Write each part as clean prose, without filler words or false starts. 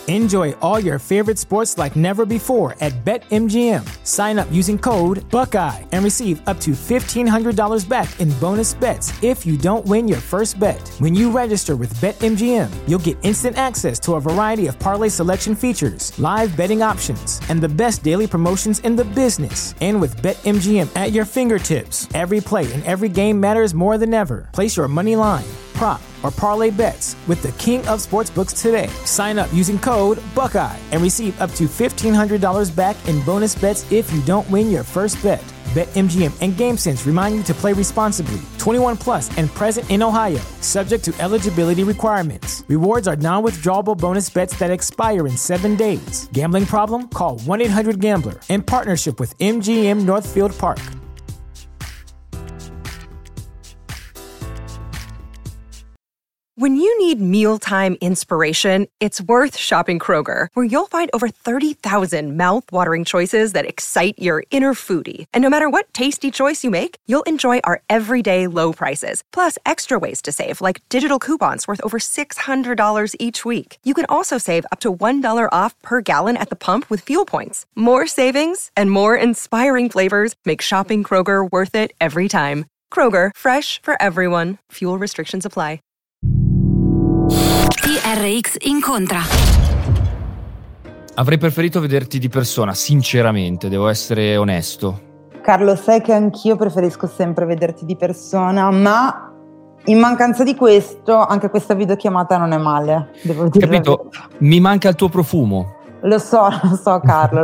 Enjoy all your favorite sports like never before at BetMGM. Sign up using code Buckeye and receive up to $1,500 back in bonus bets if you don't win your first bet. When you register with BetMGM, you'll get instant access to a variety of parlay selection features, live betting options, and the best daily promotions in the business. And with BetMGM at your fingertips, every play and every game matters more than ever. Place your money line, prop, or parlay bets with the king of sportsbooks today. Sign up using code Buckeye and receive up to $1,500 back in bonus bets if you don't win your first bet. BetMGM and GameSense remind you to play responsibly. 21 plus and present in Ohio, subject to eligibility requirements. Rewards are non-withdrawable bonus bets that expire in 7 days. Gambling problem? Call 1-800-GAMBLER. In partnership with MGM Northfield Park. When you need mealtime inspiration, it's worth shopping Kroger, where you'll find over 30,000 mouth-watering choices that excite your inner foodie. And no matter what tasty choice you make, you'll enjoy our everyday low prices, plus extra ways to save, like digital coupons worth over $600 each week. You can also save up to $1 off per gallon at the pump with fuel points. More savings and more inspiring flavors make shopping Kroger worth it every time. Kroger, fresh for everyone. Fuel restrictions apply. TRX incontra. Avrei preferito vederti di persona, sinceramente, devo essere onesto. Carlo, sai che anch'io preferisco sempre vederti di persona, ma in mancanza di questo, anche questa videochiamata non è male, devo dire. Capito? Mi manca il tuo profumo. Lo so Carlo.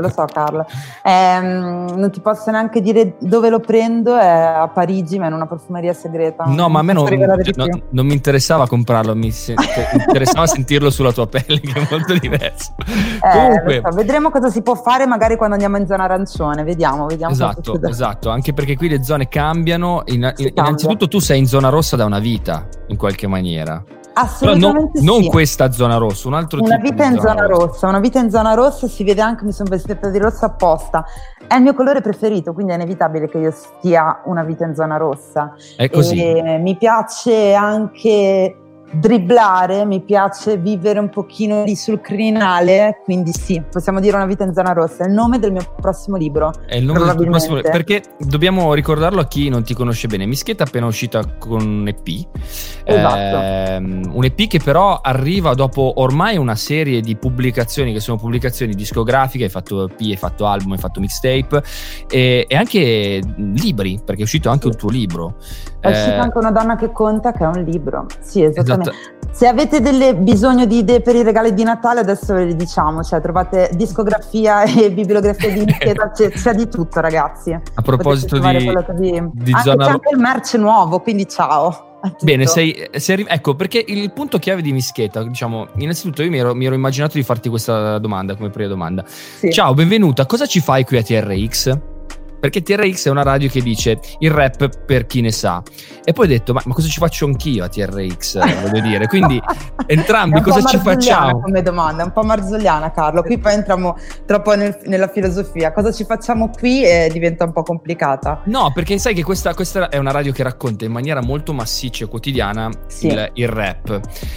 Non ti posso neanche dire dove lo prendo, è a Parigi, ma in una profumeria segreta. No, ma a me non mi interessava comprarlo, mi interessava sentirlo sulla tua pelle, che è molto diverso. Comunque, so, vedremo cosa si può fare magari quando andiamo in zona arancione, vediamo. Esatto, anche perché qui le zone cambiano. Innanzitutto tu sei in zona rossa da una vita, in qualche maniera. Assolutamente sì. Non questa zona rossa, un altro una tipo vita di in zona rossa. Una vita in zona rossa, si vede anche, mi sono vestita di rosso apposta. È il mio colore preferito, quindi è inevitabile che io stia una vita in zona rossa. È così. E mi piace anche dribblare, mi piace vivere un pochino lì sul Criminale, quindi sì, possiamo dire una vita in zona rossa. È il nome del mio prossimo libro. È il nome del tuo prossimo libro, perché dobbiamo ricordarlo a chi non ti conosce bene. Mischeta è appena uscita con un EP. Esatto. Un EP che però arriva dopo ormai una serie di pubblicazioni che sono pubblicazioni discografiche. Hai fatto EP, hai fatto album, hai fatto mixtape e anche libri, perché è uscito anche un tuo libro. È uscito anche Una donna che conta, che è un libro. Sì, esattamente. Esatto. Se avete bisogno di idee per i regali di Natale, adesso ve le diciamo, cioè trovate discografia e bibliografia di Mischeta, c'è di tutto, ragazzi. A proposito di zona, c'è anche il merch nuovo, quindi ciao. Bene, ecco, perché il punto chiave di Mischeta, diciamo, innanzitutto io mi ero immaginato di farti questa domanda come prima domanda. Sì. Ciao, benvenuta, cosa ci fai qui a TRX? Perché TRX è una radio che dice il rap per chi ne sa. E poi ho detto, ma cosa ci faccio anch'io a TRX? Voglio dire, quindi entrambi cosa ci facciamo? Come domanda, un po' marzulliana, Carlo. Qui poi entriamo troppo nella filosofia. Cosa ci facciamo qui diventa un po' complicata. No, perché sai che questa è una radio che racconta in maniera molto massiccia e quotidiana il rap.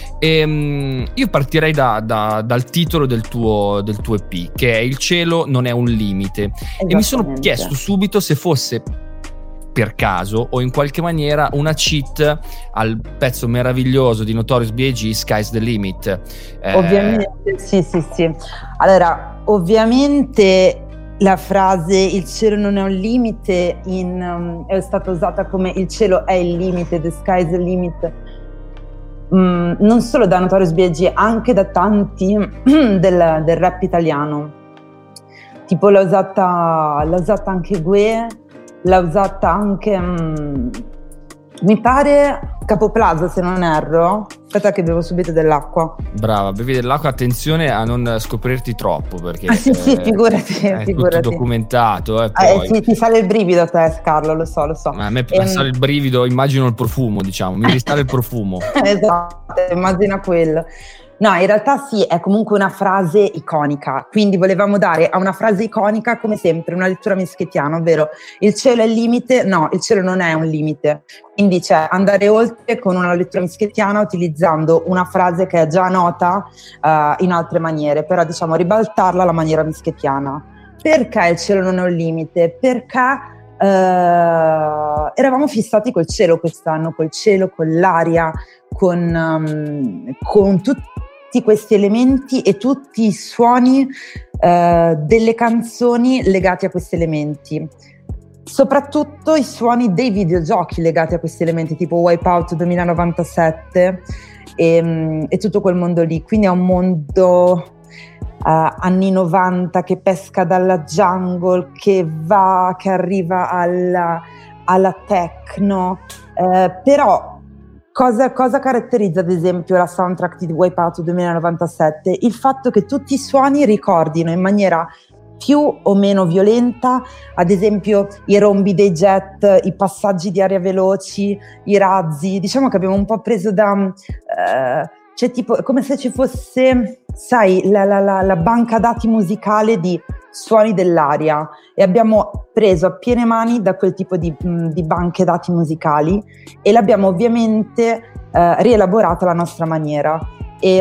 E io partirei dal titolo del tuo EP, che è Il cielo non è un limite. E mi sono chiesto subito se fosse per caso o in qualche maniera una cheat al pezzo meraviglioso di Notorious B.I.G. Sky's the Limit. Ovviamente sì. Allora, ovviamente la frase il cielo non è un limite è stata usata come il cielo è il limite, the sky is the limit, non solo da Notorious B.I.G., anche da tanti del rap italiano. Tipo l'ha usata anche Gue, l'ha usata anche mi pare Capo Plaza, se non erro. Aspetta che bevo subito dell'acqua. Brava, bevi dell'acqua, attenzione a non scoprirti troppo, perché sì, figurati. È tutto documentato. Poi. Sì, ti sale il brivido a te, Carlo, lo so. A me sale il brivido, immagino il profumo, diciamo, mi risale il profumo. Esatto, immagina quello. No, in realtà sì, è comunque una frase iconica, quindi volevamo dare a una frase iconica, come sempre, una lettura mischettiana, ovvero il cielo è il limite, no, il cielo non è un limite, quindi c'è andare oltre con una lettura mischettiana utilizzando una frase che è già nota in altre maniere, però diciamo ribaltarla alla maniera mischettiana. Perché il cielo non è un limite? Perché eravamo fissati col cielo quest'anno, col cielo, con l'aria, con tutti questi elementi e tutti i suoni delle canzoni legati a questi elementi, soprattutto i suoni dei videogiochi legati a questi elementi, tipo Wipeout 2097 e tutto quel mondo lì. Quindi è un mondo anni 90 che pesca dalla jungle, che arriva alla techno, però cosa caratterizza ad esempio la soundtrack di Wipeout 2097? Il fatto che tutti i suoni ricordino in maniera più o meno violenta, ad esempio i rombi dei jet, i passaggi di aria veloci, i razzi. Diciamo che abbiamo un po' preso da cioè tipo come se ci fosse, sai, la banca dati musicale di suoni dell'aria, e abbiamo preso a piene mani da quel tipo di banche dati musicali e l'abbiamo ovviamente rielaborata alla nostra maniera, e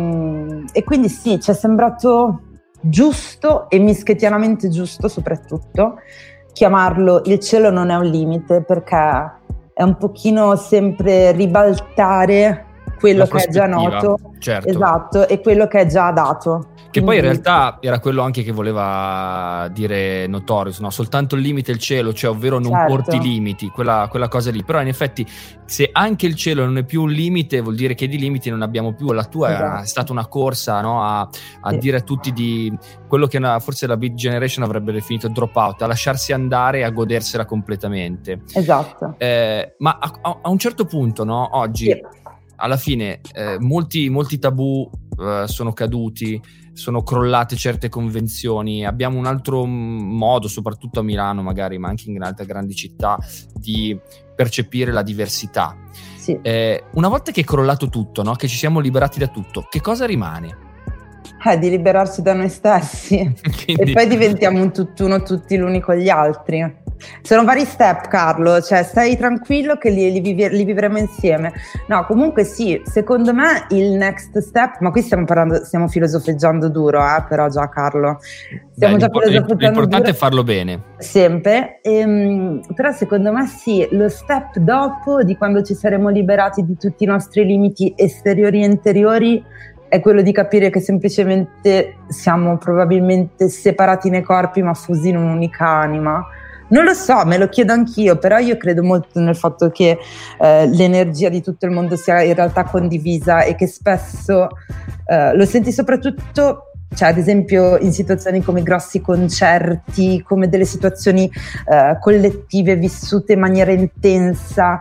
quindi sì, ci è sembrato giusto e mischettianamente giusto soprattutto chiamarlo Il cielo non è un limite, perché è un pochino sempre ribaltare quello che è già noto, certo. Esatto, e quello che è già dato. Che poi in realtà era quello anche che voleva dire Notorious, no? Soltanto il limite è il cielo, cioè ovvero non porti limiti, quella cosa lì. Però in effetti se anche il cielo non è più un limite, vuol dire che di limiti non abbiamo più. La tua è stata una corsa, no? a dire a tutti di quello che forse la Beat Generation avrebbe definito drop out, a lasciarsi andare e a godersela completamente. Esatto. Ma a un certo punto, no? Oggi alla fine molti tabù sono caduti, sono crollate certe convenzioni, abbiamo un altro modo, soprattutto a Milano magari, ma anche in altre grandi città, di percepire la diversità. Sì. Una volta che è crollato tutto, no? Che ci siamo liberati da tutto, che cosa rimane? Di liberarsi da noi stessi. Quindi... E poi diventiamo un tutt'uno, tutti l'uni con gli altri. Sono vari step, Carlo, cioè stai tranquillo che li vivremo insieme. No, comunque sì, secondo me il next step, ma qui stiamo filosofeggiando duro, però già Carlo, l'importante è farlo bene. Sempre, però secondo me sì, lo step dopo di quando ci saremo liberati di tutti i nostri limiti esteriori e interiori è quello di capire che semplicemente siamo probabilmente separati nei corpi ma fusi in un'unica anima. Non lo so, me lo chiedo anch'io, però io credo molto nel fatto che l'energia di tutto il mondo sia in realtà condivisa, e che spesso lo senti soprattutto, cioè ad esempio in situazioni come grossi concerti, come delle situazioni collettive vissute in maniera intensa,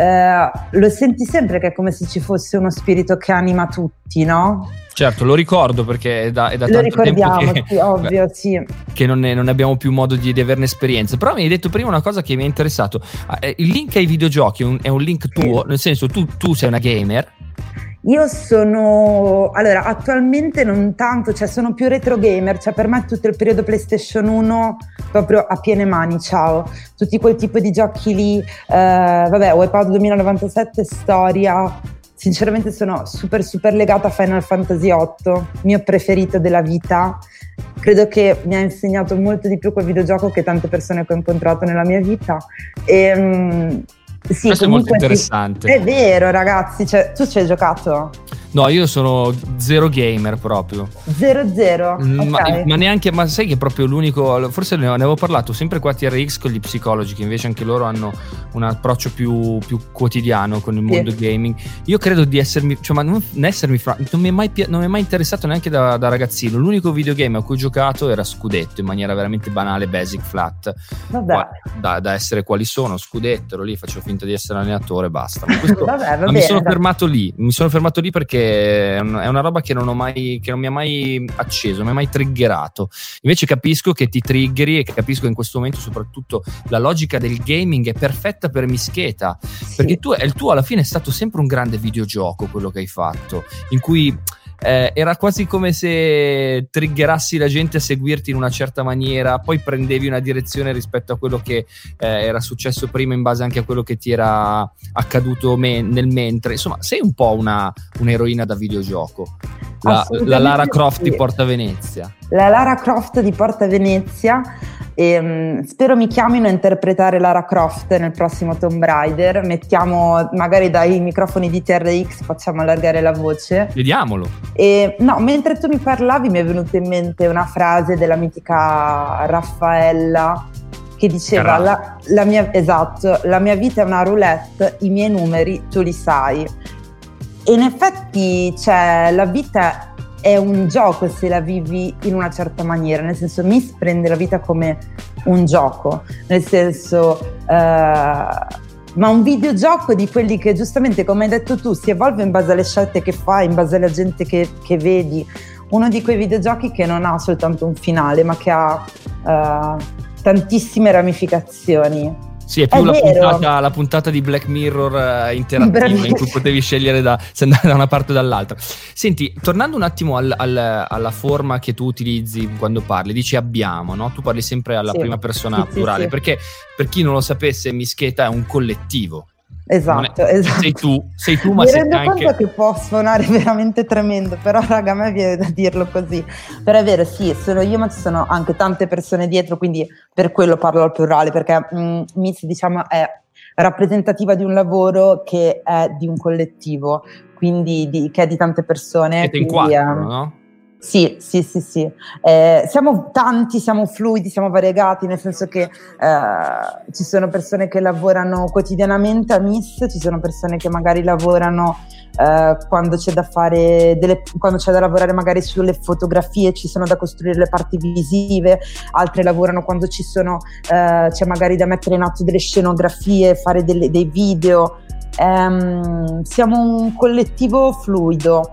lo senti sempre che è come se ci fosse uno spirito che anima tutti, no? Certo, lo ricordo perché è da tanto tempo che, sì, ovvio, sì, che non abbiamo più modo di averne esperienza. Però mi hai detto prima una cosa che mi è interessato. Il link ai videogiochi è un link tuo, nel senso tu sei una gamer? Io allora attualmente non tanto, cioè sono più retro gamer, cioè per me tutto il periodo PlayStation 1 proprio a piene mani, ciao, tutti quel tipo di giochi lì, Wipeout 2097, storia. Sinceramente sono super legata a Final Fantasy VIII, mio preferito della vita. Credo che mi ha insegnato molto di più quel videogioco che tante persone che ho incontrato nella mia vita. Sì, questo è molto interessante. È vero, ragazzi, cioè, tu ci hai giocato? No, io sono zero gamer proprio. Zero? Okay. Ma neanche, ma sai che è proprio l'unico, forse ne avevo parlato sempre qua a TRX con gli psicologi, che invece anche loro hanno un approccio più quotidiano con il mondo gaming. Io credo di essermi, cioè, ma non mi è mai interessato neanche da ragazzino. L'unico videogame a cui ho giocato era Scudetto, in maniera veramente banale, basic, flat. Vabbè. Da essere quali sono, Scudetto, ero lì, facevo finta di essere allenatore, basta. Ma mi sono fermato lì perché è una roba che non mi ha mai acceso, non mi ha mai triggerato. Invece capisco che ti triggeri, e capisco che in questo momento soprattutto la logica del gaming è perfetta per Mischeta, perché il tuo alla fine è stato sempre un grande videogioco, quello che hai fatto, in cui era quasi come se triggerassi la gente a seguirti in una certa maniera, poi prendevi una direzione rispetto a quello che era successo prima in base anche a quello che ti era accaduto nel mentre. Insomma, sei un po' un'eroina da videogioco. La Lara Croft di Porta Venezia. La Lara Croft di Porta Venezia. Spero mi chiamino a interpretare Lara Croft nel prossimo Tomb Raider. Mettiamo magari dai microfoni di TRX, facciamo allargare la voce. Vediamolo. No, mentre tu mi parlavi mi è venuta in mente una frase della mitica Raffaella che diceva la mia vita è una roulette, i miei numeri tu li sai. E in effetti la vita è un gioco se la vivi in una certa maniera, nel senso Miss prende la vita come un gioco, nel senso ma un videogioco di quelli che giustamente, come hai detto tu, si evolve in base alle scelte che fai, in base alla gente che vedi, uno di quei videogiochi che non ha soltanto un finale ma che ha tantissime ramificazioni. Sì, è più la puntata di Black Mirror interattiva in cui potevi scegliere se andare da una parte o dall'altra. Senti, tornando un attimo alla forma che tu utilizzi quando parli, dici abbiamo, no? Tu parli sempre alla prima persona plurale, perché per chi non lo sapesse Mischeta è un collettivo. Esatto. Sei tu, ma mi sei rendo anche... conto che può suonare veramente tremendo, però raga, a me viene da dirlo così. Però è vero, sì, sono io, ma ci sono anche tante persone dietro, quindi per quello parlo al plurale, perché Miss, diciamo, è rappresentativa di un lavoro che è di un collettivo, quindi che è di tante persone. Siete in 4, no? Sì. Siamo tanti, siamo fluidi, siamo variegati, nel senso che ci sono persone che lavorano quotidianamente a Miss, ci sono persone che magari lavorano quando c'è da quando c'è da lavorare magari sulle fotografie, ci sono da costruire le parti visive, altre lavorano quando c'è magari da mettere in atto delle scenografie, fare dei video. Siamo un collettivo fluido.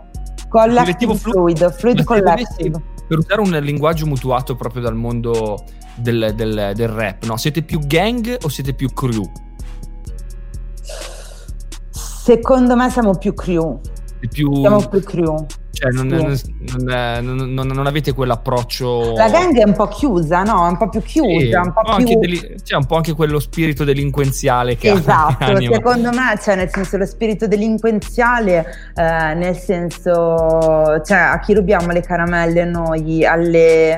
Fluid collective. Per usare un linguaggio mutuato proprio dal mondo del rap, no? Siete più gang o siete più crew? Secondo me siamo più crew. Siamo più crew. Cioè non avete quell'approccio. La gang è un po' chiusa, no? È un po' più chiusa, sì, un po' più. C'è un po' anche quello spirito delinquenziale che esatto, secondo me, nel senso, lo spirito delinquenziale, nel senso, a chi rubiamo le caramelle noi? A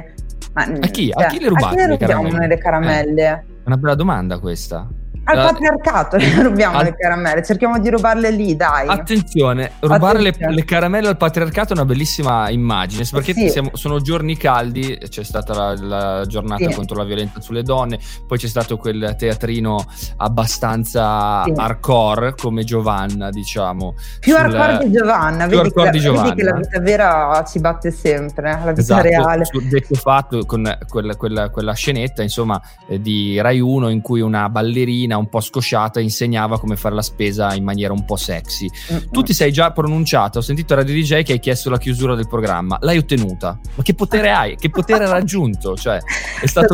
chi le rubate le caramelle? È una bella domanda questa. Al patriarcato rubiamo le caramelle, cerchiamo di rubarle lì, dai. Attenzione, rubare le caramelle al patriarcato è una bellissima immagine, perché sono giorni caldi, c'è stata la giornata contro la violenza sulle donne, poi c'è stato quel teatrino abbastanza hardcore come Giovanna, diciamo. Più hardcore di Giovanna, vedi che la vita vera ci batte sempre, la vita reale. Detto fatto, con quella scenetta, insomma, di Rai 1 in cui una ballerina un po' scosciata insegnava come fare la spesa in maniera un po' sexy. Tu ti sei già pronunciata, ho sentito a Radio DJ che hai chiesto la chiusura del programma, l'hai ottenuta, ma che potere hai? Che potere hai raggiunto? Cioè è stato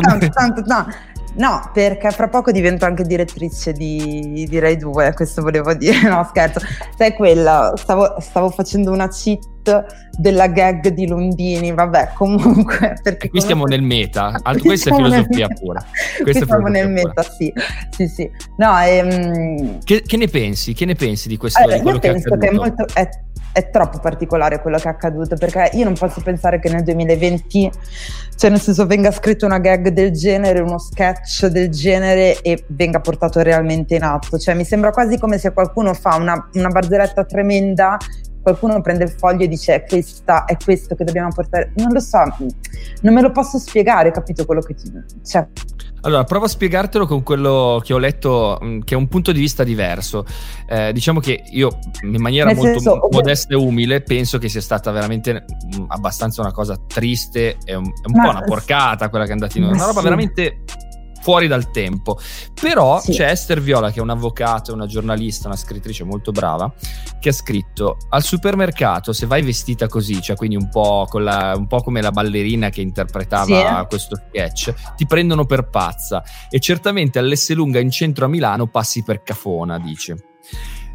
No, perché fra poco divento anche direttrice di Rai 2, questo volevo dire, no scherzo. Sai quella, stavo facendo una cheat della gag di Lundini, vabbè, comunque, perché qui stiamo nel meta, questa è filosofia pura. Stiamo nel meta, sì. No, che ne pensi? Che ne pensi di questo? Di quello io penso che è troppo particolare quello che è accaduto, perché io non posso pensare che nel 2020, nel senso, venga scritto una gag del genere, uno sketch del genere e venga portato realmente in atto. Mi sembra quasi come se qualcuno fa una barzelletta tremenda, qualcuno prende il foglio e dice è questo che dobbiamo portare. Non lo so, non me lo posso spiegare, capito quello che Allora, provo a spiegartelo con quello che ho letto, che è un punto di vista diverso. Diciamo che io, in maniera molto modesta e umile, penso che sia stata veramente abbastanza una cosa triste e un po' una porcata quella che è andata in una roba veramente fuori dal tempo. Però c'è Esther Viola, che è un'avvocata, una giornalista, una scrittrice molto brava, che ha scritto: al supermercato, se vai vestita così, quindi un po' come la ballerina che interpretava questo sketch, ti prendono per pazza, e certamente all'Esselunga in centro a Milano passi per cafona, dice.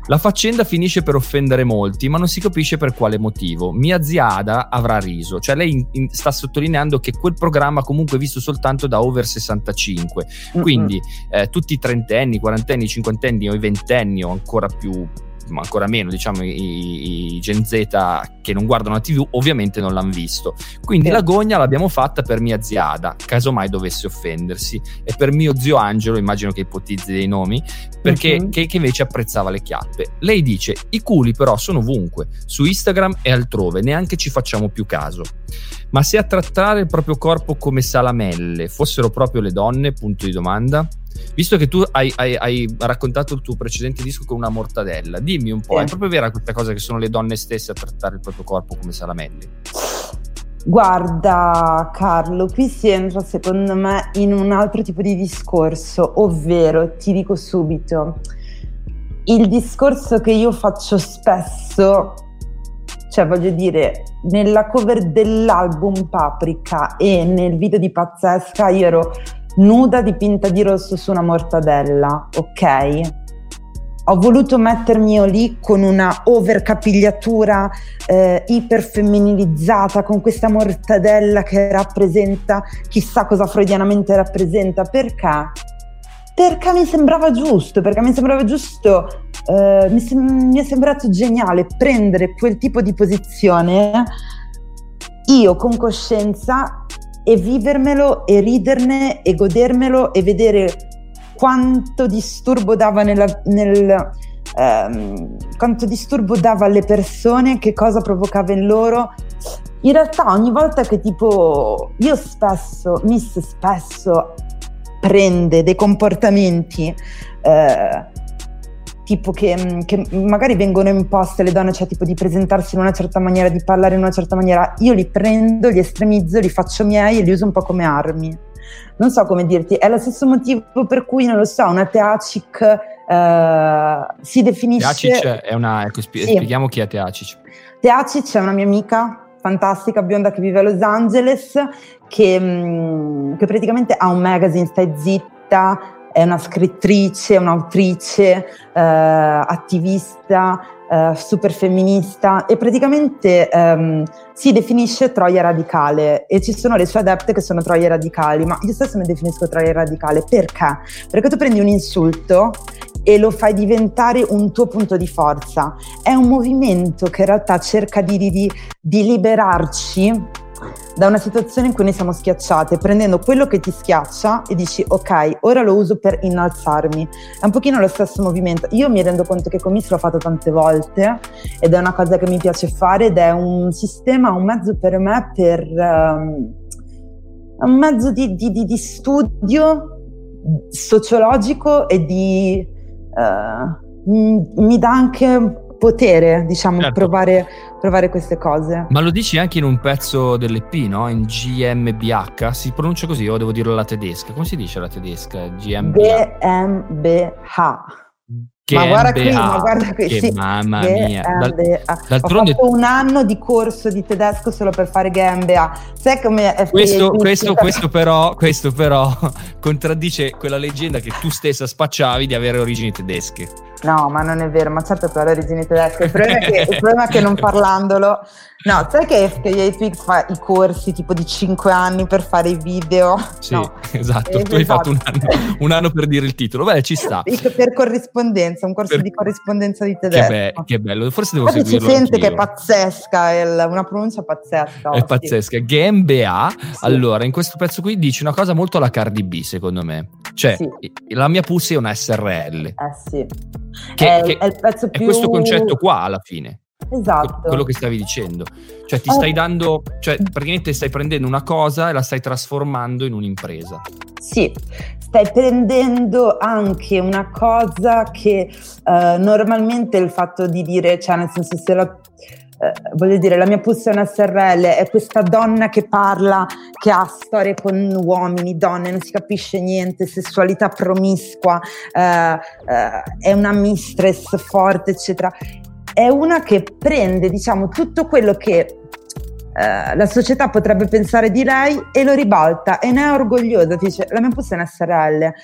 La faccenda finisce per offendere molti, ma non si capisce per quale motivo. Mia zia Ada avrà riso, cioè lei sta sottolineando che quel programma comunque è visto soltanto da over 65, quindi tutti i trentenni, quarantenni, cinquantenni o i ventenni o ancora più, ma ancora meno, diciamo i Gen Z che non guardano la TV ovviamente non l'hanno visto, quindi la gogna l'abbiamo fatta per mia zia Ada, casomai dovesse offendersi, e per mio zio Angelo, immagino che ipotizzi dei nomi, perché che invece apprezzava le chiappe. Lei dice: i culi però sono ovunque, su Instagram e altrove, neanche ci facciamo più caso. Ma se a trattare il proprio corpo come salamelle fossero proprio le donne, punto di domanda? Visto che tu hai raccontato il tuo precedente disco con una mortadella, dimmi un po', è proprio vera questa cosa che sono le donne stesse a trattare il proprio corpo come salamelli? Guarda Carlo, qui si entra secondo me in un altro tipo di discorso, ovvero, ti dico subito, il discorso che io faccio spesso, cioè voglio dire, nella cover dell'album Paprika e nel video di Pazzesca io ero nuda dipinta di rosso su una mortadella, ok? Ho voluto mettermi io lì con una overcapigliatura iperfemminilizzata, con questa mortadella che rappresenta chissà cosa freudianamente rappresenta. Perché? Perché mi sembrava giusto, mi è sembrato geniale prendere quel tipo di posizione io con coscienza e vivermelo e riderne e godermelo e vedere quanto disturbo dava quanto disturbo dava alle persone, che cosa provocava in loro. In realtà ogni volta che tipo Miss spesso prende dei comportamenti tipo che magari vengono imposte alle donne, cioè tipo di presentarsi in una certa maniera, di parlare in una certa maniera, io li prendo, li estremizzo, li faccio miei e li uso un po' come armi. Non so come dirti, è lo stesso motivo per cui, non lo so, una Teacic si definisce... Teacic è una... Ecco, spieghiamo chi è Teacic. Teacic è una mia amica fantastica, bionda, che vive a Los Angeles, che praticamente ha un magazine, Stai Zitta, è una scrittrice, un'autrice, attivista, super femminista, e praticamente si definisce troia radicale, e ci sono le sue adepte che sono troie radicali, ma io stesso mi definisco troia radicale. Perché? Perché tu prendi un insulto e lo fai diventare un tuo punto di forza. È un movimento che in realtà cerca di liberarci da una situazione in cui noi siamo schiacciate, prendendo quello che ti schiaccia e dici ok, ora lo uso per innalzarmi. È un pochino lo stesso movimento. Io mi rendo conto che con Miss l'ho fatto tante volte ed è una cosa che mi piace fare, ed è un sistema, un mezzo per me, un mezzo di studio sociologico e mi dà anche potere, diciamo, certo, provare queste cose. Ma lo dici anche in un pezzo dell'EP, no? In GmbH, si pronuncia così o devo dirlo alla tedesca? Come si dice la tedesca? GmbH. Ma guarda qui, che sì. Mamma mia. D'altronde ho fatto un anno di corso di tedesco solo per fare GmbH. Sai come è questo però contraddice quella leggenda che tu stessa spacciavi di avere origini tedesche. No, ma non è vero, ma certo che ho le origini tedesche. Il problema è che non parlandolo. No, sai che FKA fa i corsi tipo di 5 anni per fare i video? Sì, no. Esatto, tu hai fatto un anno per dire il titolo. Beh, ci sta. Per corrispondenza, un corso di corrispondenza di tedesco. Che bello, forse devo seguirlo. Si sente che è pazzesca, è una pronuncia pazzesca. È pazzesca. GmbH, sì. Allora, in questo pezzo qui dici una cosa molto alla Cardi B, secondo me. Cioè, sì, la mia pussy è una SRL. Sì. È il pezzo più... È questo concetto qua, alla fine. Esatto. Quello che stavi dicendo. Cioè ti stai dando, cioè praticamente stai prendendo una cosa e la stai trasformando in un'impresa. Sì, stai prendendo anche una cosa che normalmente il fatto di dire, cioè nel senso, se la voglio dire, la mia pussy è una SRL, è questa donna che parla, che ha storie con uomini, donne, non si capisce niente, sessualità promiscua, è una mistress forte, eccetera. È una che prende, diciamo, tutto quello che la società potrebbe pensare di lei e lo ribalta, e ne è orgogliosa. Ti dice, la mia pussy è una SRL.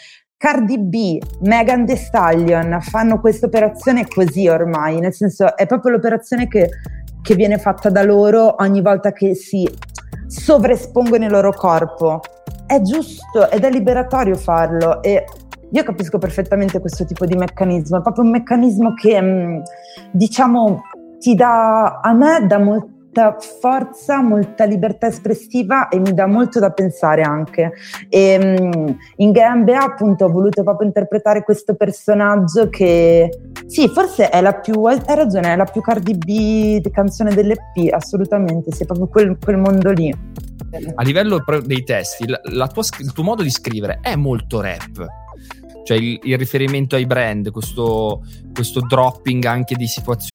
Cardi B, Megan Thee Stallion fanno questa operazione così ormai, nel senso è proprio l'operazione che viene fatta da loro ogni volta che si sovraespongono il loro corpo. È giusto ed è liberatorio farlo, e io capisco perfettamente questo tipo di meccanismo. È proprio un meccanismo che diciamo a me dà molta forza, molta libertà espressiva, e mi dà molto da pensare anche. E in Gambia appunto ho voluto proprio interpretare questo personaggio che sì, forse è hai ragione, è la più Cardi B canzone dell'EP, assolutamente, sì, è proprio quel mondo lì. A livello dei testi, il tuo modo di scrivere è molto rap, cioè il riferimento ai brand, questo dropping anche di situazioni.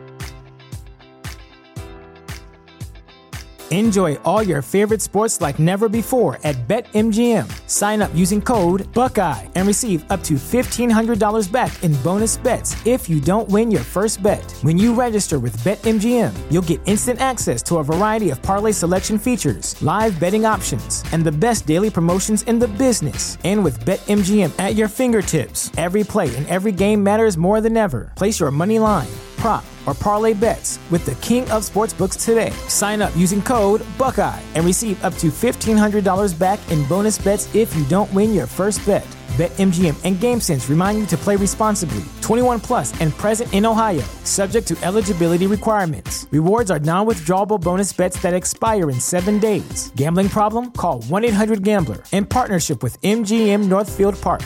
Enjoy all your favorite sports like never before at BetMGM. Sign up using code Buckeye and receive up to $1,500 back in bonus bets if you don't win your first bet. When you register with BetMGM, you'll get instant access to a variety of parlay selection features, live betting options, and the best daily promotions in the business. And with BetMGM at your fingertips, every play and every game matters more than ever. Place your money line, prop, or parlay bets with the king of sportsbooks today. Sign up using code Buckeye and receive up to $1,500 back in bonus bets if you don't win your first bet. BetMGM and GameSense remind you to play responsibly. 21 plus and present in Ohio, subject to eligibility requirements. Rewards are non-withdrawable bonus bets that expire in 7 days. Gambling problem? Call 1-800-GAMBLER in partnership with MGM Northfield Park.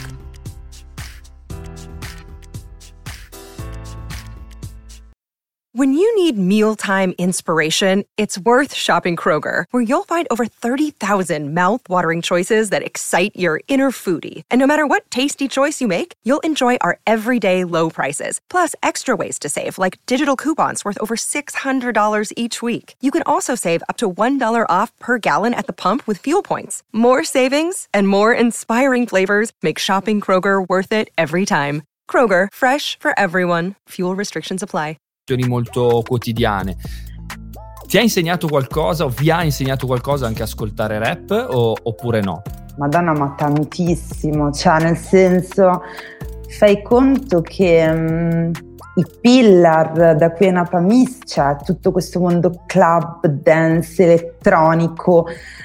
When you need mealtime inspiration, it's worth shopping Kroger, where you'll find over 30,000 mouth-watering choices that excite your inner foodie. And no matter what tasty choice you make, you'll enjoy our everyday low prices, plus extra ways to save, like digital coupons worth over $600 each week. You can also save up to $1 off per gallon at the pump with fuel points. More savings and more inspiring flavors make shopping Kroger worth it every time. Kroger, fresh for everyone. Fuel restrictions apply. Molto quotidiane. Ti ha insegnato qualcosa o vi ha insegnato qualcosa anche ascoltare rap oppure no? Madonna, ma tantissimo, cioè nel senso, fai conto che i Pillar, da cui è nata Miss, cioè tutto questo mondo club, dance, elettronico,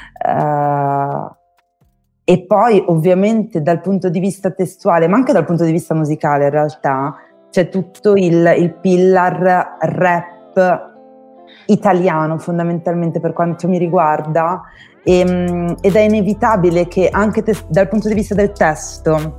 e poi ovviamente dal punto di vista testuale, ma anche dal punto di vista musicale in realtà, c'è tutto il pillar rap italiano fondamentalmente per quanto mi riguarda, ed è inevitabile che anche dal punto di vista del testo,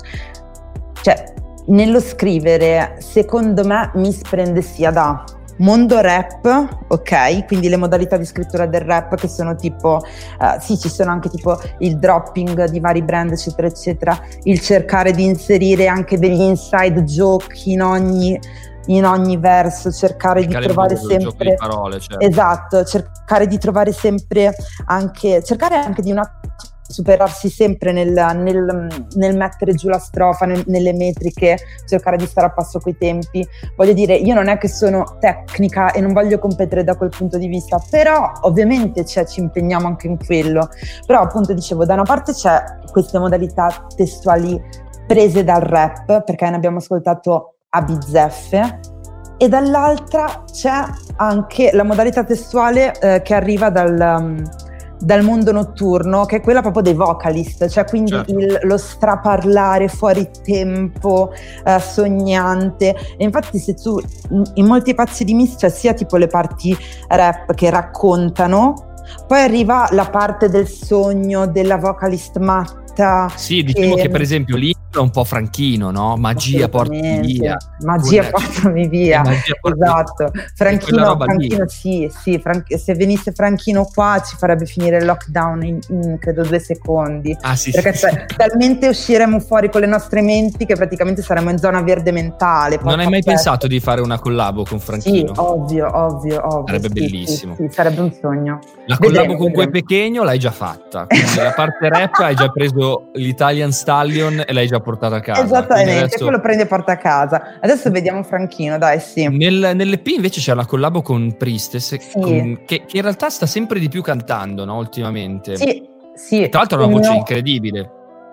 cioè nello scrivere, secondo me mi prende sia da mondo rap, ok? Quindi le modalità di scrittura del rap che sono tipo, sì, ci sono anche tipo il dropping di vari brand eccetera eccetera, il cercare di inserire anche degli inside joke in ogni verso, cercare di trovare sempre di parole, certo. Esatto, cercare di trovare sempre cercare anche di superarsi sempre nel mettere giù la strofa, nelle metriche, cercare di stare a passo coi tempi. Voglio dire, io non è che sono tecnica e non voglio competere da quel punto di vista, però ovviamente ci impegniamo anche in quello. Però appunto dicevo, da una parte c'è queste modalità testuali prese dal rap, perché ne abbiamo ascoltato a bizzeffe, e dall'altra c'è anche la modalità testuale che arriva dal mondo notturno, che è quella proprio dei vocalist, cioè quindi certo. Lo straparlare fuori tempo, sognante. E infatti se tu in molti pezzi di Miss c'è sia tipo le parti rap che raccontano, poi arriva la parte del sogno della vocalist matta. Sì, diciamo che per esempio lì è un po' Franchino, no? Magia portami via. Magia portami via. Esatto. Franchino sì, se venisse Franchino qua ci farebbe finire il lockdown in credo 2 secondi. Sì, perché sì. talmente usciremo fuori con le nostre menti che praticamente saremo in zona verde mentale. Non hai mai pensato di fare una collabo con Franchino? Sì, ovvio. Sarebbe bellissimo. Sì, sarebbe un sogno. La collabo con Gue Pequeno l'hai già fatta. Quindi la parte rap hai già preso l'Italian Stallion e l'hai già portato a casa. Esattamente, adesso... quello prende e porta a casa. Adesso vediamo Franchino, dai, sì. Nell'EP invece c'è la collabo con Priestess, sì. che in realtà sta sempre di più cantando, no? Ultimamente. Sì. E tra l'altro ha una voce incredibile.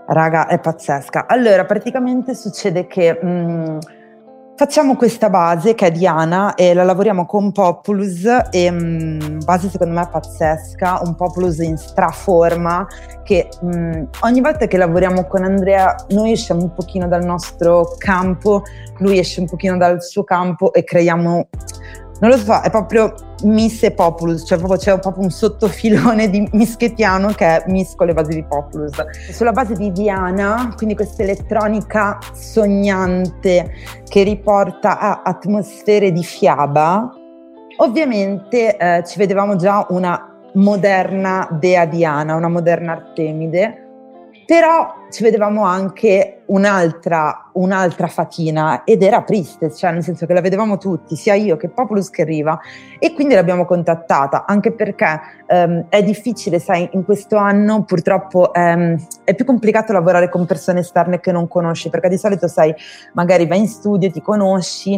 Raga, è pazzesca. Allora, praticamente succede che facciamo questa base che è Diana e la lavoriamo con Populous e base secondo me pazzesca, un Populous in straforma che ogni volta che lavoriamo con Andrea noi esciamo un pochino dal nostro campo, lui esce un pochino dal suo campo e creiamo, non lo so, è proprio Miss e Populous, cioè proprio c'è proprio un sottofilone di mischetiano che è Miss con le basi di Populous. Sulla base di Diana, quindi questa elettronica sognante che riporta a atmosfere di fiaba, ovviamente ci vedevamo già una moderna dea Diana, una moderna Artemide, però ci vedevamo anche un'altra fatina ed era Priestess, cioè nel senso che la vedevamo tutti, sia io che Populous che Riva, e quindi l'abbiamo contattata anche perché è difficile, sai, in questo anno purtroppo è più complicato lavorare con persone esterne che non conosci, perché di solito sai, magari vai in studio, ti conosci,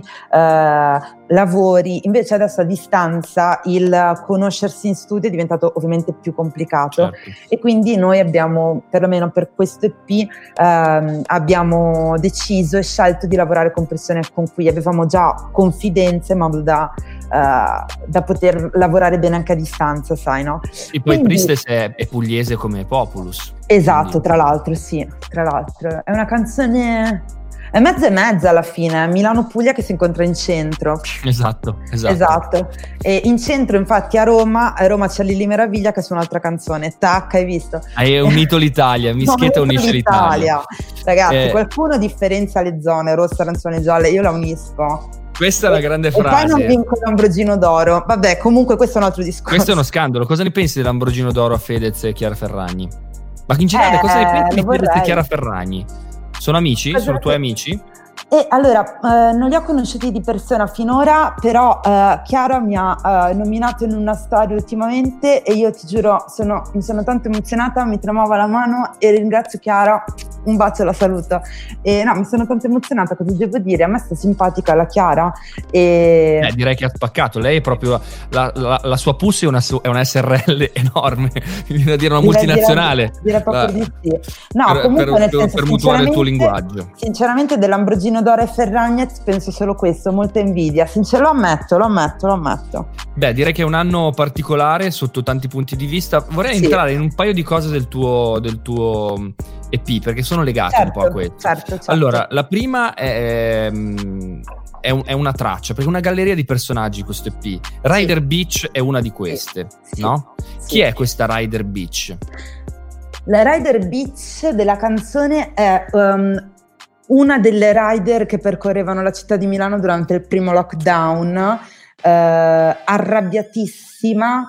lavori, invece adesso a distanza il conoscersi in studio è diventato ovviamente più complicato. Certo. E quindi noi abbiamo, perlomeno per questo EP, abbiamo deciso e scelto di lavorare con persone con cui avevamo già confidenza in modo da poter lavorare bene anche a distanza, sai, no? E poi Priestess è pugliese come Populous. Esatto, quindi... tra l'altro è una canzone, è mezza e mezza alla fine, Milano-Puglia che si incontra in centro. Esatto. E in centro infatti a Roma c'è Lili Meraviglia che è su un'altra canzone, tac, hai visto? Hai unito l'Italia, Mischietta unisce l'Italia. Ragazzi, qualcuno differenzia le zone, rossa, arancione, gialle, io la unisco. Questa è la grande frase. E poi non vinco l'Ambrogino d'Oro. Vabbè, comunque questo è un altro discorso. Questo è uno scandalo. Cosa ne pensi dell'Ambrogino d'Oro a Fedez e Chiara Ferragni? Ma in generale cosa ne pensi di Fedez e Chiara Ferragni? Sono amici? Sono tuoi amici? E allora, non li ho conosciuti di persona finora, però Chiara mi ha nominato in una storia ultimamente e io ti giuro, mi sono tanto emozionata, mi tremava la mano e ringrazio Chiara, un bacio, la saluto. E no, mi sono tanto emozionata, cosa devo dire? A me sta simpatica la Chiara. E... direi che ha spaccato, lei è proprio, la sua pussy è una SRL enorme, viene a dire una multinazionale. Direi proprio di sì. No, comunque nel senso, per mutuare il tuo linguaggio. Sinceramente dell'Ambrogino d'Oro e Ferragnez penso solo questo, molta invidia, lo ammetto. Beh, direi che è un anno particolare sotto tanti punti di vista. Vorrei entrare in un paio di cose del tuo EP, perché sono legate un po' a questo. Certo. Allora, la prima è una traccia, perché è una galleria di personaggi questo EP. Rider Beach è una di queste, no? Sì. Chi è questa Rider Beach? La Rider Beach della canzone è una delle rider che percorrevano la città di Milano durante il primo lockdown, arrabbiatissima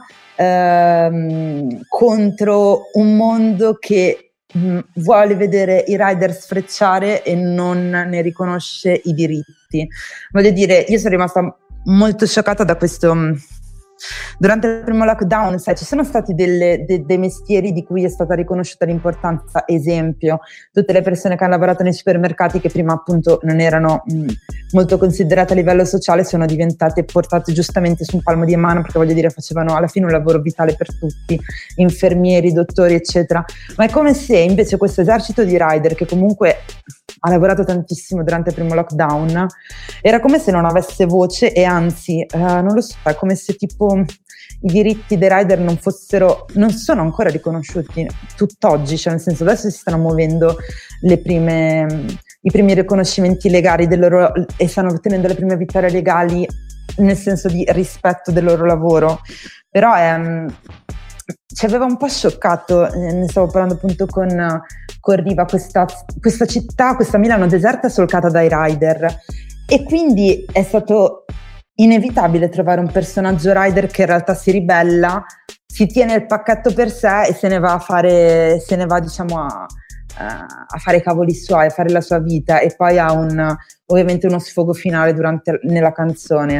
contro un mondo che vuole vedere i rider sfrecciare e non ne riconosce i diritti. Voglio dire, io sono rimasta molto scioccata da questo. Durante il primo lockdown, sai, ci sono stati dei mestieri di cui è stata riconosciuta l'importanza, esempio, tutte le persone che hanno lavorato nei supermercati che prima appunto non erano molto considerate a livello sociale sono diventate portate giustamente su un palmo di mano, perché voglio dire facevano alla fine un lavoro vitale per tutti, infermieri, dottori eccetera, ma è come se invece questo esercito di rider che comunque ha lavorato tantissimo durante il primo lockdown, era come se non avesse voce e anzi, non lo so, è come se tipo i diritti dei rider non sono ancora riconosciuti tutt'oggi, cioè nel senso adesso si stanno muovendo i primi riconoscimenti legali del loro e stanno ottenendo le prime vittorie legali nel senso di rispetto del loro lavoro, però ci aveva un po' scioccato, ne stavo parlando appunto con Riva, questa città, questa Milano deserta solcata dai rider, e quindi è stato inevitabile trovare un personaggio rider che in realtà si ribella, si tiene il pacchetto per sé e se ne va diciamo a fare i cavoli suoi, a fare la sua vita, e poi ha ovviamente uno sfogo finale nella canzone.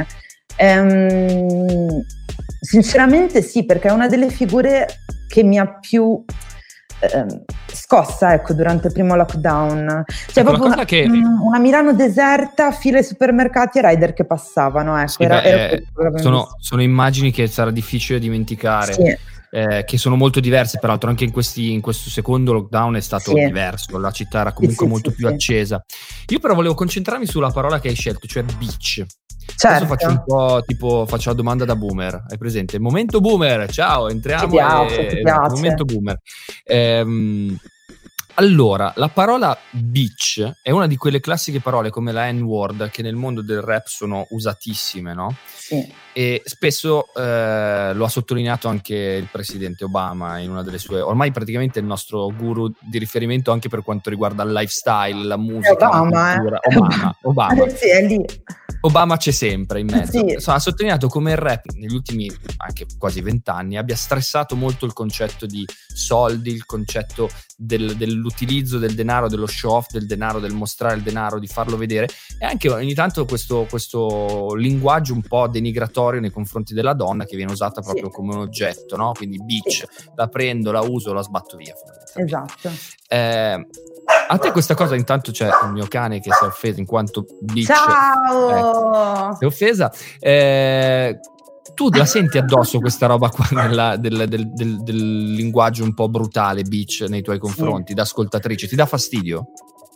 Sinceramente sì, perché è una delle figure che mi ha più scossa, ecco, durante il primo lockdown. Cioè proprio una Milano deserta, fila ai supermercati e rider che passavano, ecco. Sì, sono immagini che sarà difficile dimenticare. Sì. che sono molto diverse, peraltro anche in questo secondo lockdown è stato diverso, la città era comunque molto più accesa. Io però volevo concentrarmi sulla parola che hai scelto, cioè beach. Certo. Adesso faccio un po' tipo, faccio la domanda da boomer, hai presente? Il momento boomer, ciao, entriamo. Ti piace. Momento boomer. Allora, la parola beach è una di quelle classiche parole come la N-word che nel mondo del rap sono usatissime, no? Sì. E spesso lo ha sottolineato anche il presidente Obama in una delle sue, ormai praticamente il nostro guru di riferimento anche per quanto riguarda il lifestyle, la musica, la cultura. Obama. Sì, è lì. Obama c'è sempre in mezzo. Sì. Insomma, ha sottolineato come il rap negli ultimi anche quasi 20 anni abbia stressato molto il concetto di soldi, il concetto dell'utilizzo del denaro, dello show off del denaro, del mostrare il denaro, di farlo vedere, e anche ogni tanto questo linguaggio un po' denigratorio nei confronti della donna che viene usata proprio come un oggetto, no? Quindi bitch, la prendo, la uso, la sbatto via. Esatto. A te questa cosa, intanto c'è il mio cane che si è offeso in quanto bitch. Ciao! Si è offesa. Tu la senti addosso questa roba qua del linguaggio un po' brutale, bitch, nei tuoi confronti, da ascoltatrice? Ti dà fastidio?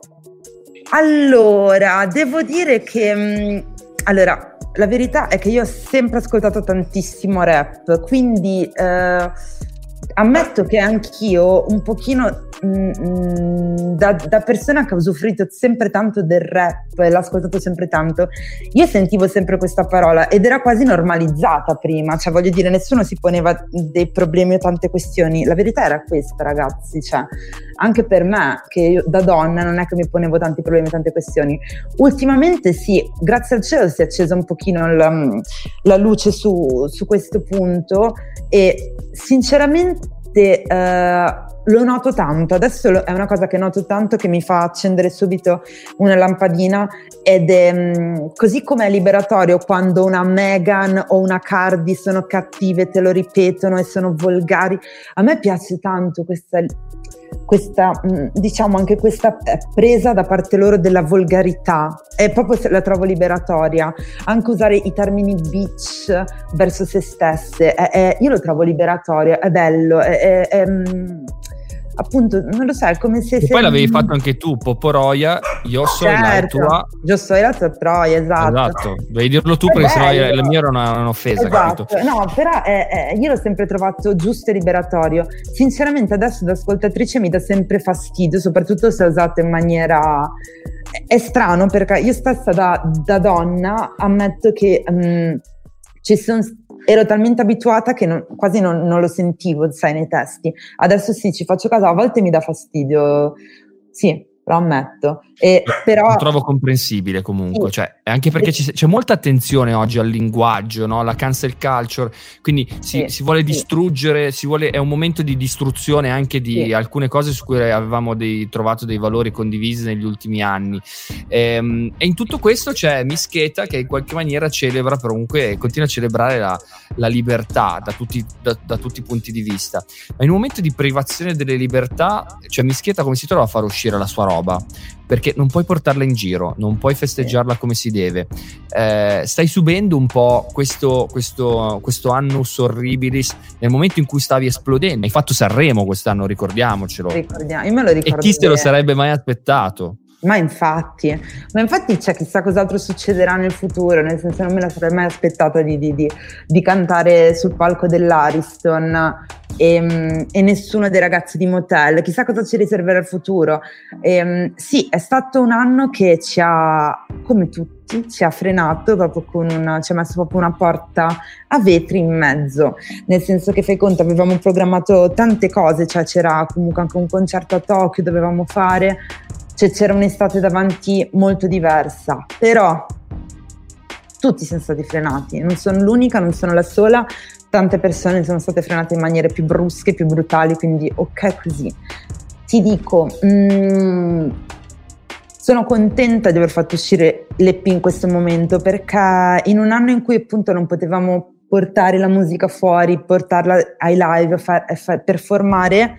Allora, devo dire che la verità è che io ho sempre ascoltato tantissimo rap, quindi ammetto che anch'io un pochino da persona che ha usufruito sempre tanto del rap e l'ha ascoltato sempre tanto, io sentivo sempre questa parola ed era quasi normalizzata prima, cioè voglio dire, nessuno si poneva dei problemi o tante questioni. La verità era questa, ragazzi, cioè anche per me, che io da donna non è che mi ponevo tanti problemi, tante questioni. Ultimamente sì, grazie al cielo si è accesa un pochino la luce su questo punto e sinceramente lo noto tanto. Adesso è una cosa che noto tanto, che mi fa accendere subito una lampadina, ed è così come è liberatorio quando una Meghan o una Cardi sono cattive, te lo ripetono e sono volgari. A me piace tanto questa diciamo anche questa presa da parte loro della volgarità, e proprio la trovo liberatoria. Anche usare i termini bitch verso se stesse, io lo trovo liberatorio, è bello, appunto, non lo so, è come se... E poi l'avevi fatto anche tu, Poporoia, io so la tua... Io so la tua troia, esatto. Devi dirlo tu, perché sennò la mia era un'offesa, esatto. Capito? No, però io l'ho sempre trovato giusto e liberatorio. Sinceramente adesso da ascoltatrice mi dà sempre fastidio, soprattutto se è usato in maniera... È strano, perché io stessa da donna ammetto che ero talmente abituata che quasi non lo sentivo, sai, nei testi. Adesso sì, ci faccio caso, a volte mi dà fastidio, sì, lo ammetto. Però lo trovo comprensibile comunque, sì. Cioè, anche perché c'è molta attenzione oggi al linguaggio, no? La cancel culture, quindi si vuole distruggere, è un momento di distruzione anche di alcune cose su cui avevamo trovato dei valori condivisi negli ultimi anni, e in tutto questo c'è Mischeta che in qualche maniera celebra, comunque continua a celebrare la libertà da tutti i punti di vista, ma in un momento di privazione delle libertà, cioè Mischeta come si trova a far uscire la sua roba? Perché non puoi portarla in giro, non puoi festeggiarla come si deve. Stai subendo un po' questo annus horribilis nel momento in cui stavi esplodendo. Hai fatto Sanremo quest'anno, ricordiamocelo. Io me lo ricordo. E chi se lo sarebbe mai aspettato? Ma infatti, cioè, chissà cos'altro succederà nel futuro, nel senso non me la sarei mai aspettata di cantare sul palco dell'Ariston e nessuno dei ragazzi di Motel, chissà cosa ci riserverà il futuro. Sì, è stato un anno che ci ha, come tutti, ci ha frenato proprio ci ha messo proprio una porta a vetri in mezzo, nel senso che fai conto, avevamo programmato tante cose, cioè c'era comunque anche un concerto a Tokyo dovevamo fare, cioè c'era un'estate davanti molto diversa, però tutti sono stati frenati, non sono l'unica, non sono la sola, tante persone sono state frenate in maniere più brusche, più brutali, quindi ok così. Ti dico, sono contenta di aver fatto uscire l'EP in questo momento, perché in un anno in cui appunto non potevamo portare la musica fuori, portarla ai live, performare,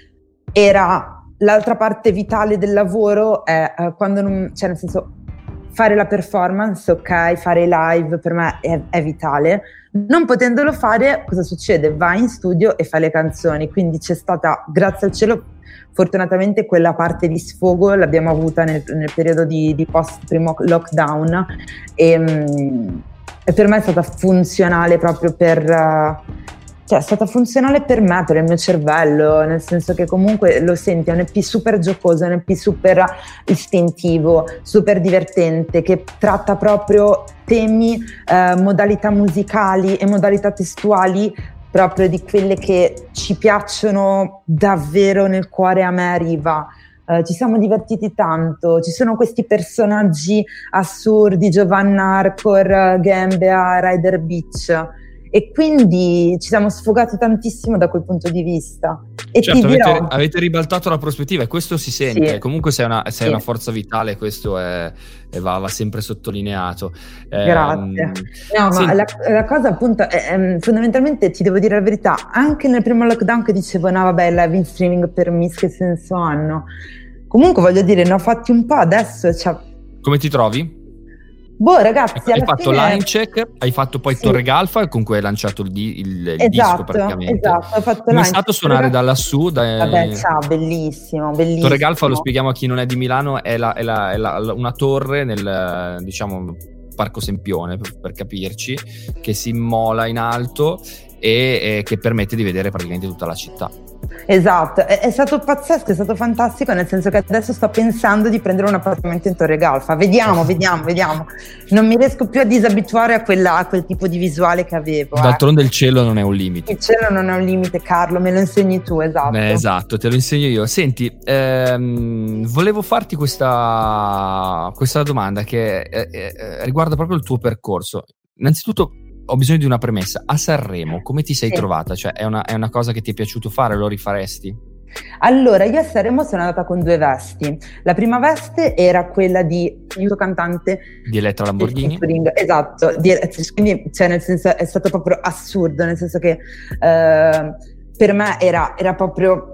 era... L'altra parte vitale del lavoro è quando non, cioè nel senso, fare la performance, ok, fare i live per me è vitale. Non potendolo fare, cosa succede? Vai in studio e fai le canzoni, quindi c'è stata, grazie al cielo, fortunatamente quella parte di sfogo l'abbiamo avuta nel periodo di post primo lockdown e per me è stata funzionale proprio cioè è stata funzionale per me, per il mio cervello, nel senso che comunque lo senti, è un EP super giocoso, è un EP super istintivo, super divertente, che tratta proprio temi, modalità musicali e modalità testuali proprio di quelle che ci piacciono davvero nel cuore. A me arriva. Ci siamo divertiti tanto, ci sono questi personaggi assurdi, Giovanna Arcor, Gambia, Ryder Beach, e quindi ci siamo sfogati tantissimo da quel punto di vista. E certo, ti dirò, avete ribaltato la prospettiva e questo si sente, sì, comunque sei una sì, una forza vitale, questo va sempre sottolineato. grazie. No, Sì. ma la cosa appunto è, fondamentalmente ti devo dire la verità, anche nel primo lockdown che dicevo no vabbè, live in streaming per me che senso hanno, comunque voglio dire, ne ho fatti un po' adesso, cioè, Come ti trovi? boh ragazzi, Hai alla fatto fine, Line Check, hai fatto poi sì, Torre Galfa e con cui hai lanciato il disco esatto, praticamente. esatto, ho fatto Come è Line stato Check, suonare da lassù? vabbè, ciao, bellissimo, bellissimo. Torre Galfa, lo spieghiamo a chi non è di Milano, è una torre nel, diciamo, Parco Sempione, per capirci, che si immola in alto e che permette di vedere praticamente tutta la città. Esatto, è stato pazzesco, è stato fantastico, nel senso che adesso sto pensando di prendere un appartamento in Torre Galfa. Vediamo. Non mi riesco più a disabituare a quel tipo di visuale che avevo. D'altronde il cielo non è un limite. Il cielo non è un limite, Carlo, me lo insegni tu, esatto. Esatto, te lo insegno io. Senti, volevo farti questa domanda che riguarda proprio il tuo percorso. Innanzitutto ho bisogno di una premessa. A Sanremo come ti sei trovata? Cioè è una cosa che ti è piaciuto fare? Lo rifaresti? Allora, io a Sanremo sono andata con 2 vesti. La prima veste era quella di aiuto cantante Di Elettra Lamborghini? Esatto, quindi cioè, nel senso è stato proprio assurdo, nel senso che per me era proprio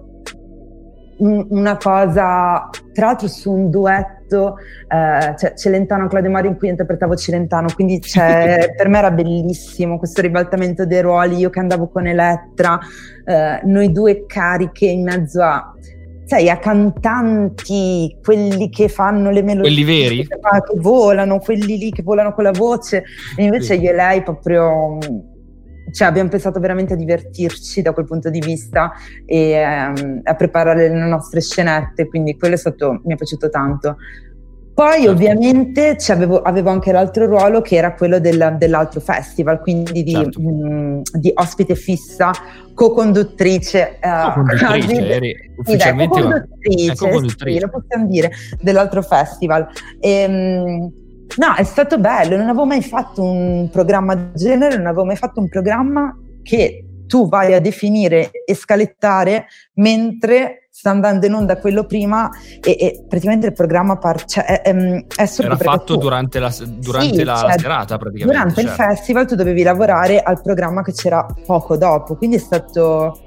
una cosa, tra l'altro su un duetto, cioè Celentano, Claudio Mario, in cui interpretavo Celentano, quindi per me era bellissimo questo ribaltamento dei ruoli, io che andavo con Elettra, noi due cariche in mezzo a, sai, a cantanti, quelli che fanno le melodie, quelli veri, che volano, quelli lì che volano con la voce, e invece io e lei proprio, cioè abbiamo pensato veramente a divertirci da quel punto di vista e a preparare le nostre scenette, quindi quello mi è piaciuto tanto. Poi ovviamente avevo anche l'altro ruolo che era quello dell'altro festival, quindi di ospite fissa, co-conduttrice, eri ufficialmente co-conduttrice, sì, lo possiamo dire, dell'altro festival. No, è stato bello, non avevo mai fatto un programma del genere, non avevo mai fatto un programma che tu vai a definire e scalettare mentre sta andando in onda quello prima e praticamente il programma è super. Era fatto durante la serata praticamente. Durante il festival tu dovevi lavorare al programma che c'era poco dopo, quindi è stato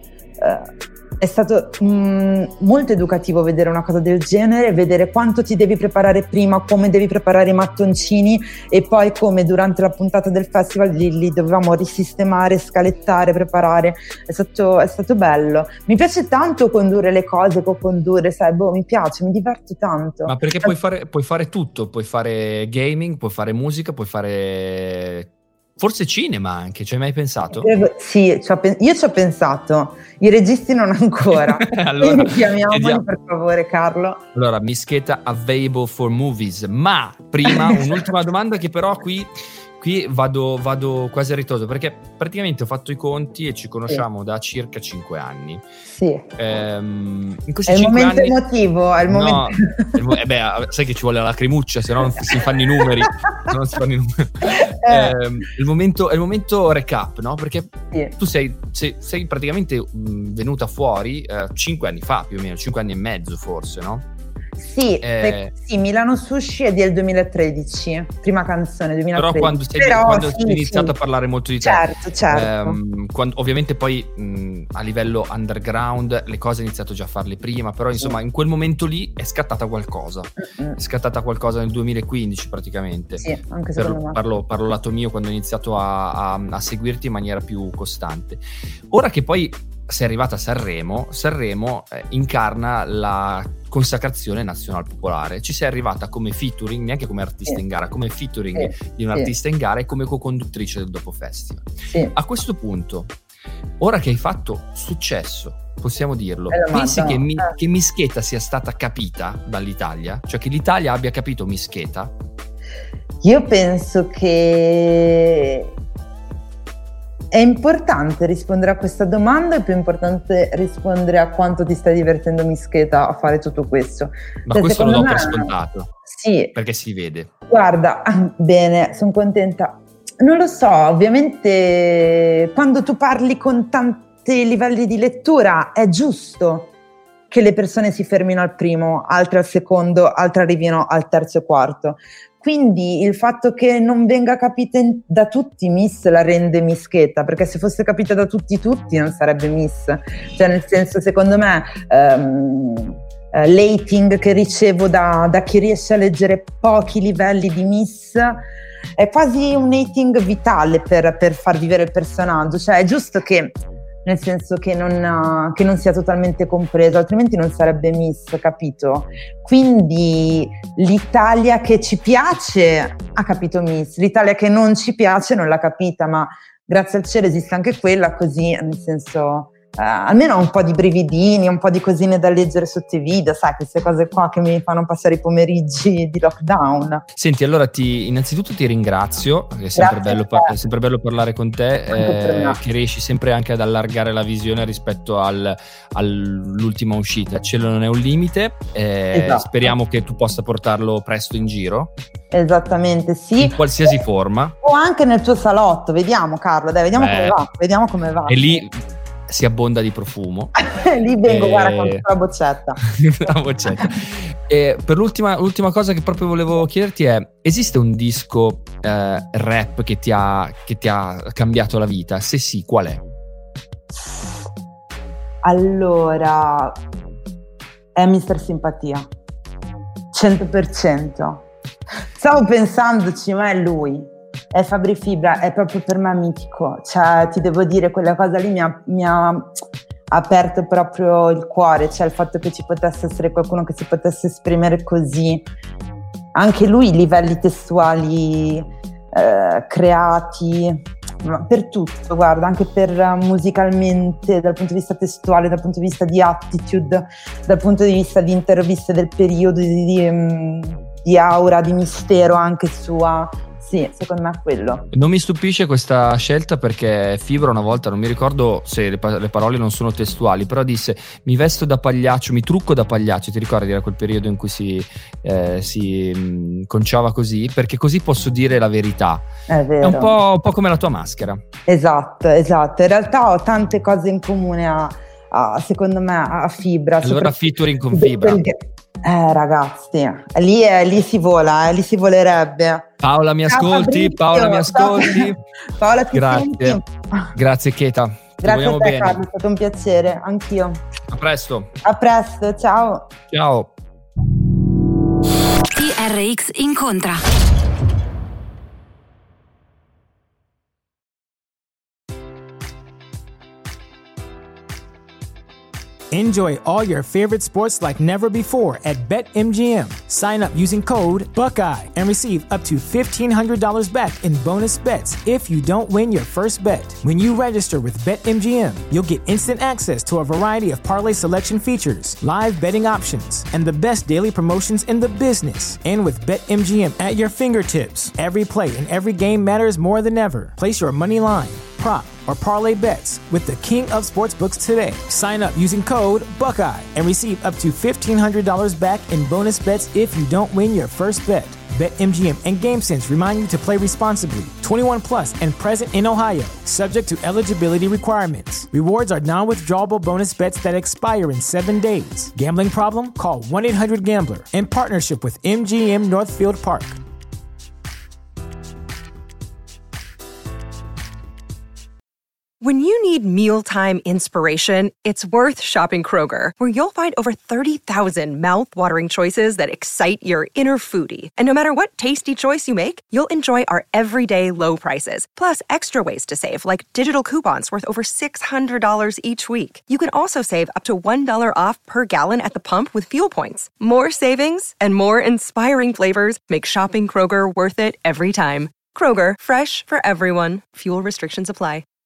molto educativo vedere una cosa del genere, vedere quanto ti devi preparare prima, come devi preparare i mattoncini e poi come durante la puntata del festival li dovevamo risistemare, scalettare, preparare. È stato bello. Mi piace tanto condurre le cose, co-condurre, sai, mi piace, mi diverto tanto. Ma perché puoi fare tutto, puoi fare gaming, puoi fare musica, puoi fare forse cinema anche, ci hai mai pensato? Sì, io ci ho pensato, i registi non ancora. Allora, quindi chiamiamoli per favore, Carlo. Allora, Mischeta available for movies, ma prima un'ultima domanda che però qui vado quasi a ritroso, perché praticamente ho fatto i conti e ci conosciamo da circa 5 anni. Sì. In questi è il 5 momento anni, emotivo, è il momento. Sai che ci vuole la lacrimuccia, se no non si fanno i numeri. Il momento recap, no? Perché tu sei praticamente venuta fuori 5 anni fa, più o meno 5 anni e mezzo forse, no? Sì, Milano Sushi è del 2013, prima canzone 2013. Però quando hai iniziato a parlare molto di te, certo. Ovviamente poi a livello underground le cose hai iniziato già a farle prima, però insomma in quel momento lì è scattata qualcosa. È scattata qualcosa nel 2015 praticamente. Sì, anche secondo me. Parlo lato mio, quando ho iniziato a seguirti in maniera più costante. Ora che poi sei arrivata a Sanremo incarna la consacrazione nazional popolare. Ci sei arrivata come featuring, neanche come artista in gara, come featuring di un artista in gara e come co-conduttrice del Dopo Festival. A questo punto, ora che hai fatto successo, possiamo dirlo, pensi che Mischeta sia stata capita dall'Italia? Cioè che l'Italia abbia capito Mischeta? Io penso che è importante rispondere a questa domanda, è più importante rispondere a quanto ti stai divertendo Mischeta a fare tutto questo. Ma questo lo do per scontato. Sì. Perché si vede. Guarda, bene, sono contenta. Non lo so, ovviamente quando tu parli con tanti livelli di lettura è giusto che le persone si fermino al primo, altre al secondo, altre arrivino al terzo e quarto. Quindi il fatto che non venga capita da tutti Miss la rende Mischeta, perché se fosse capita da tutti non sarebbe Miss. Cioè nel senso, secondo me l'hating che ricevo da chi riesce a leggere pochi livelli di Miss è quasi un hating vitale per far vivere il personaggio. Cioè è giusto che, nel senso che non sia totalmente compreso, altrimenti non sarebbe Miss, capito? Quindi l'Italia che ci piace ha capito Miss, l'Italia che non ci piace non l'ha capita, ma grazie al cielo esiste anche quella, così, nel senso, almeno ho un po' di brividini, un po' di cosine da leggere sotto i video, sai, queste cose qua che mi fanno passare i pomeriggi di lockdown. Senti, allora innanzitutto ti ringrazio, perché è sempre bello parlare con te, che riesci sempre anche ad allargare la visione rispetto all'ultima uscita. Cielo non è un limite, esatto. Speriamo che tu possa portarlo presto in giro. Esattamente, sì. In qualsiasi forma. O anche nel tuo salotto, vediamo Carlo, dai, vediamo come va. E lì si abbonda di profumo. Lì vengo, guarda, con la boccetta. La boccetta. E per l'ultima cosa che proprio volevo chiederti è: esiste un disco rap che ti ha cambiato la vita? Se sì, qual è? Allora, è Mr. Simpatia, 100%. Stavo pensandoci, ma è lui. È Fabri Fibra, è proprio per me mitico, cioè ti devo dire, quella cosa lì mi ha aperto proprio il cuore, cioè il fatto che ci potesse essere qualcuno che si potesse esprimere così, anche lui livelli testuali creati, ma per tutto, guarda, anche per musicalmente, dal punto di vista testuale, dal punto di vista di attitude, dal punto di vista di interviste del periodo, di aura, di mistero anche sua. Sì, secondo me è quello. Non mi stupisce questa scelta, perché Fibra una volta, non mi ricordo se le parole non sono testuali, però disse: mi vesto da pagliaccio, mi trucco da pagliaccio. Ti ricordi? Era quel periodo in cui si conciava così, perché così posso dire la verità. È vero. È un po' come la tua maschera. Esatto. In realtà ho tante cose in comune secondo me a Fibra. Allora featuring con Fibra. Ragazzi, lì si vola, lì si volerebbe. Paola, mi ascolti? Paola, ti senti? Grazie Cheta. Grazie a te, bene. Carlo, è stato un piacere, anch'io. A presto, ciao. TRX incontra. Enjoy all your favorite sports like never before at BetMGM. Sign up using code Buckeye and receive up to $1,500 back in bonus bets if you don't win your first bet. When you register with BetMGM, you'll get instant access to a variety of parlay selection features, live betting options, and the best daily promotions in the business. And with BetMGM at your fingertips, every play and every game matters more than ever. Place your money line, prop, or parlay bets with the king of sportsbooks today. Sign up using code Buckeye and receive up to $1,500 back in bonus bets if you don't win your first bet. BetMGM and GameSense remind you to play responsibly. 21 plus and present in Ohio, subject to eligibility requirements. Rewards are non-withdrawable bonus bets that expire in 7 days. Gambling problem? Call 1-800-GAMBLER. In partnership with MGM Northfield Park. When you need mealtime inspiration, it's worth shopping Kroger, where you'll find over 30,000 mouth-watering choices that excite your inner foodie. And no matter what tasty choice you make, you'll enjoy our everyday low prices, plus extra ways to save, like digital coupons worth over $600 each week. You can also save up to $1 off per gallon at the pump with fuel points. More savings and more inspiring flavors make shopping Kroger worth it every time. Kroger, fresh for everyone. Fuel restrictions apply.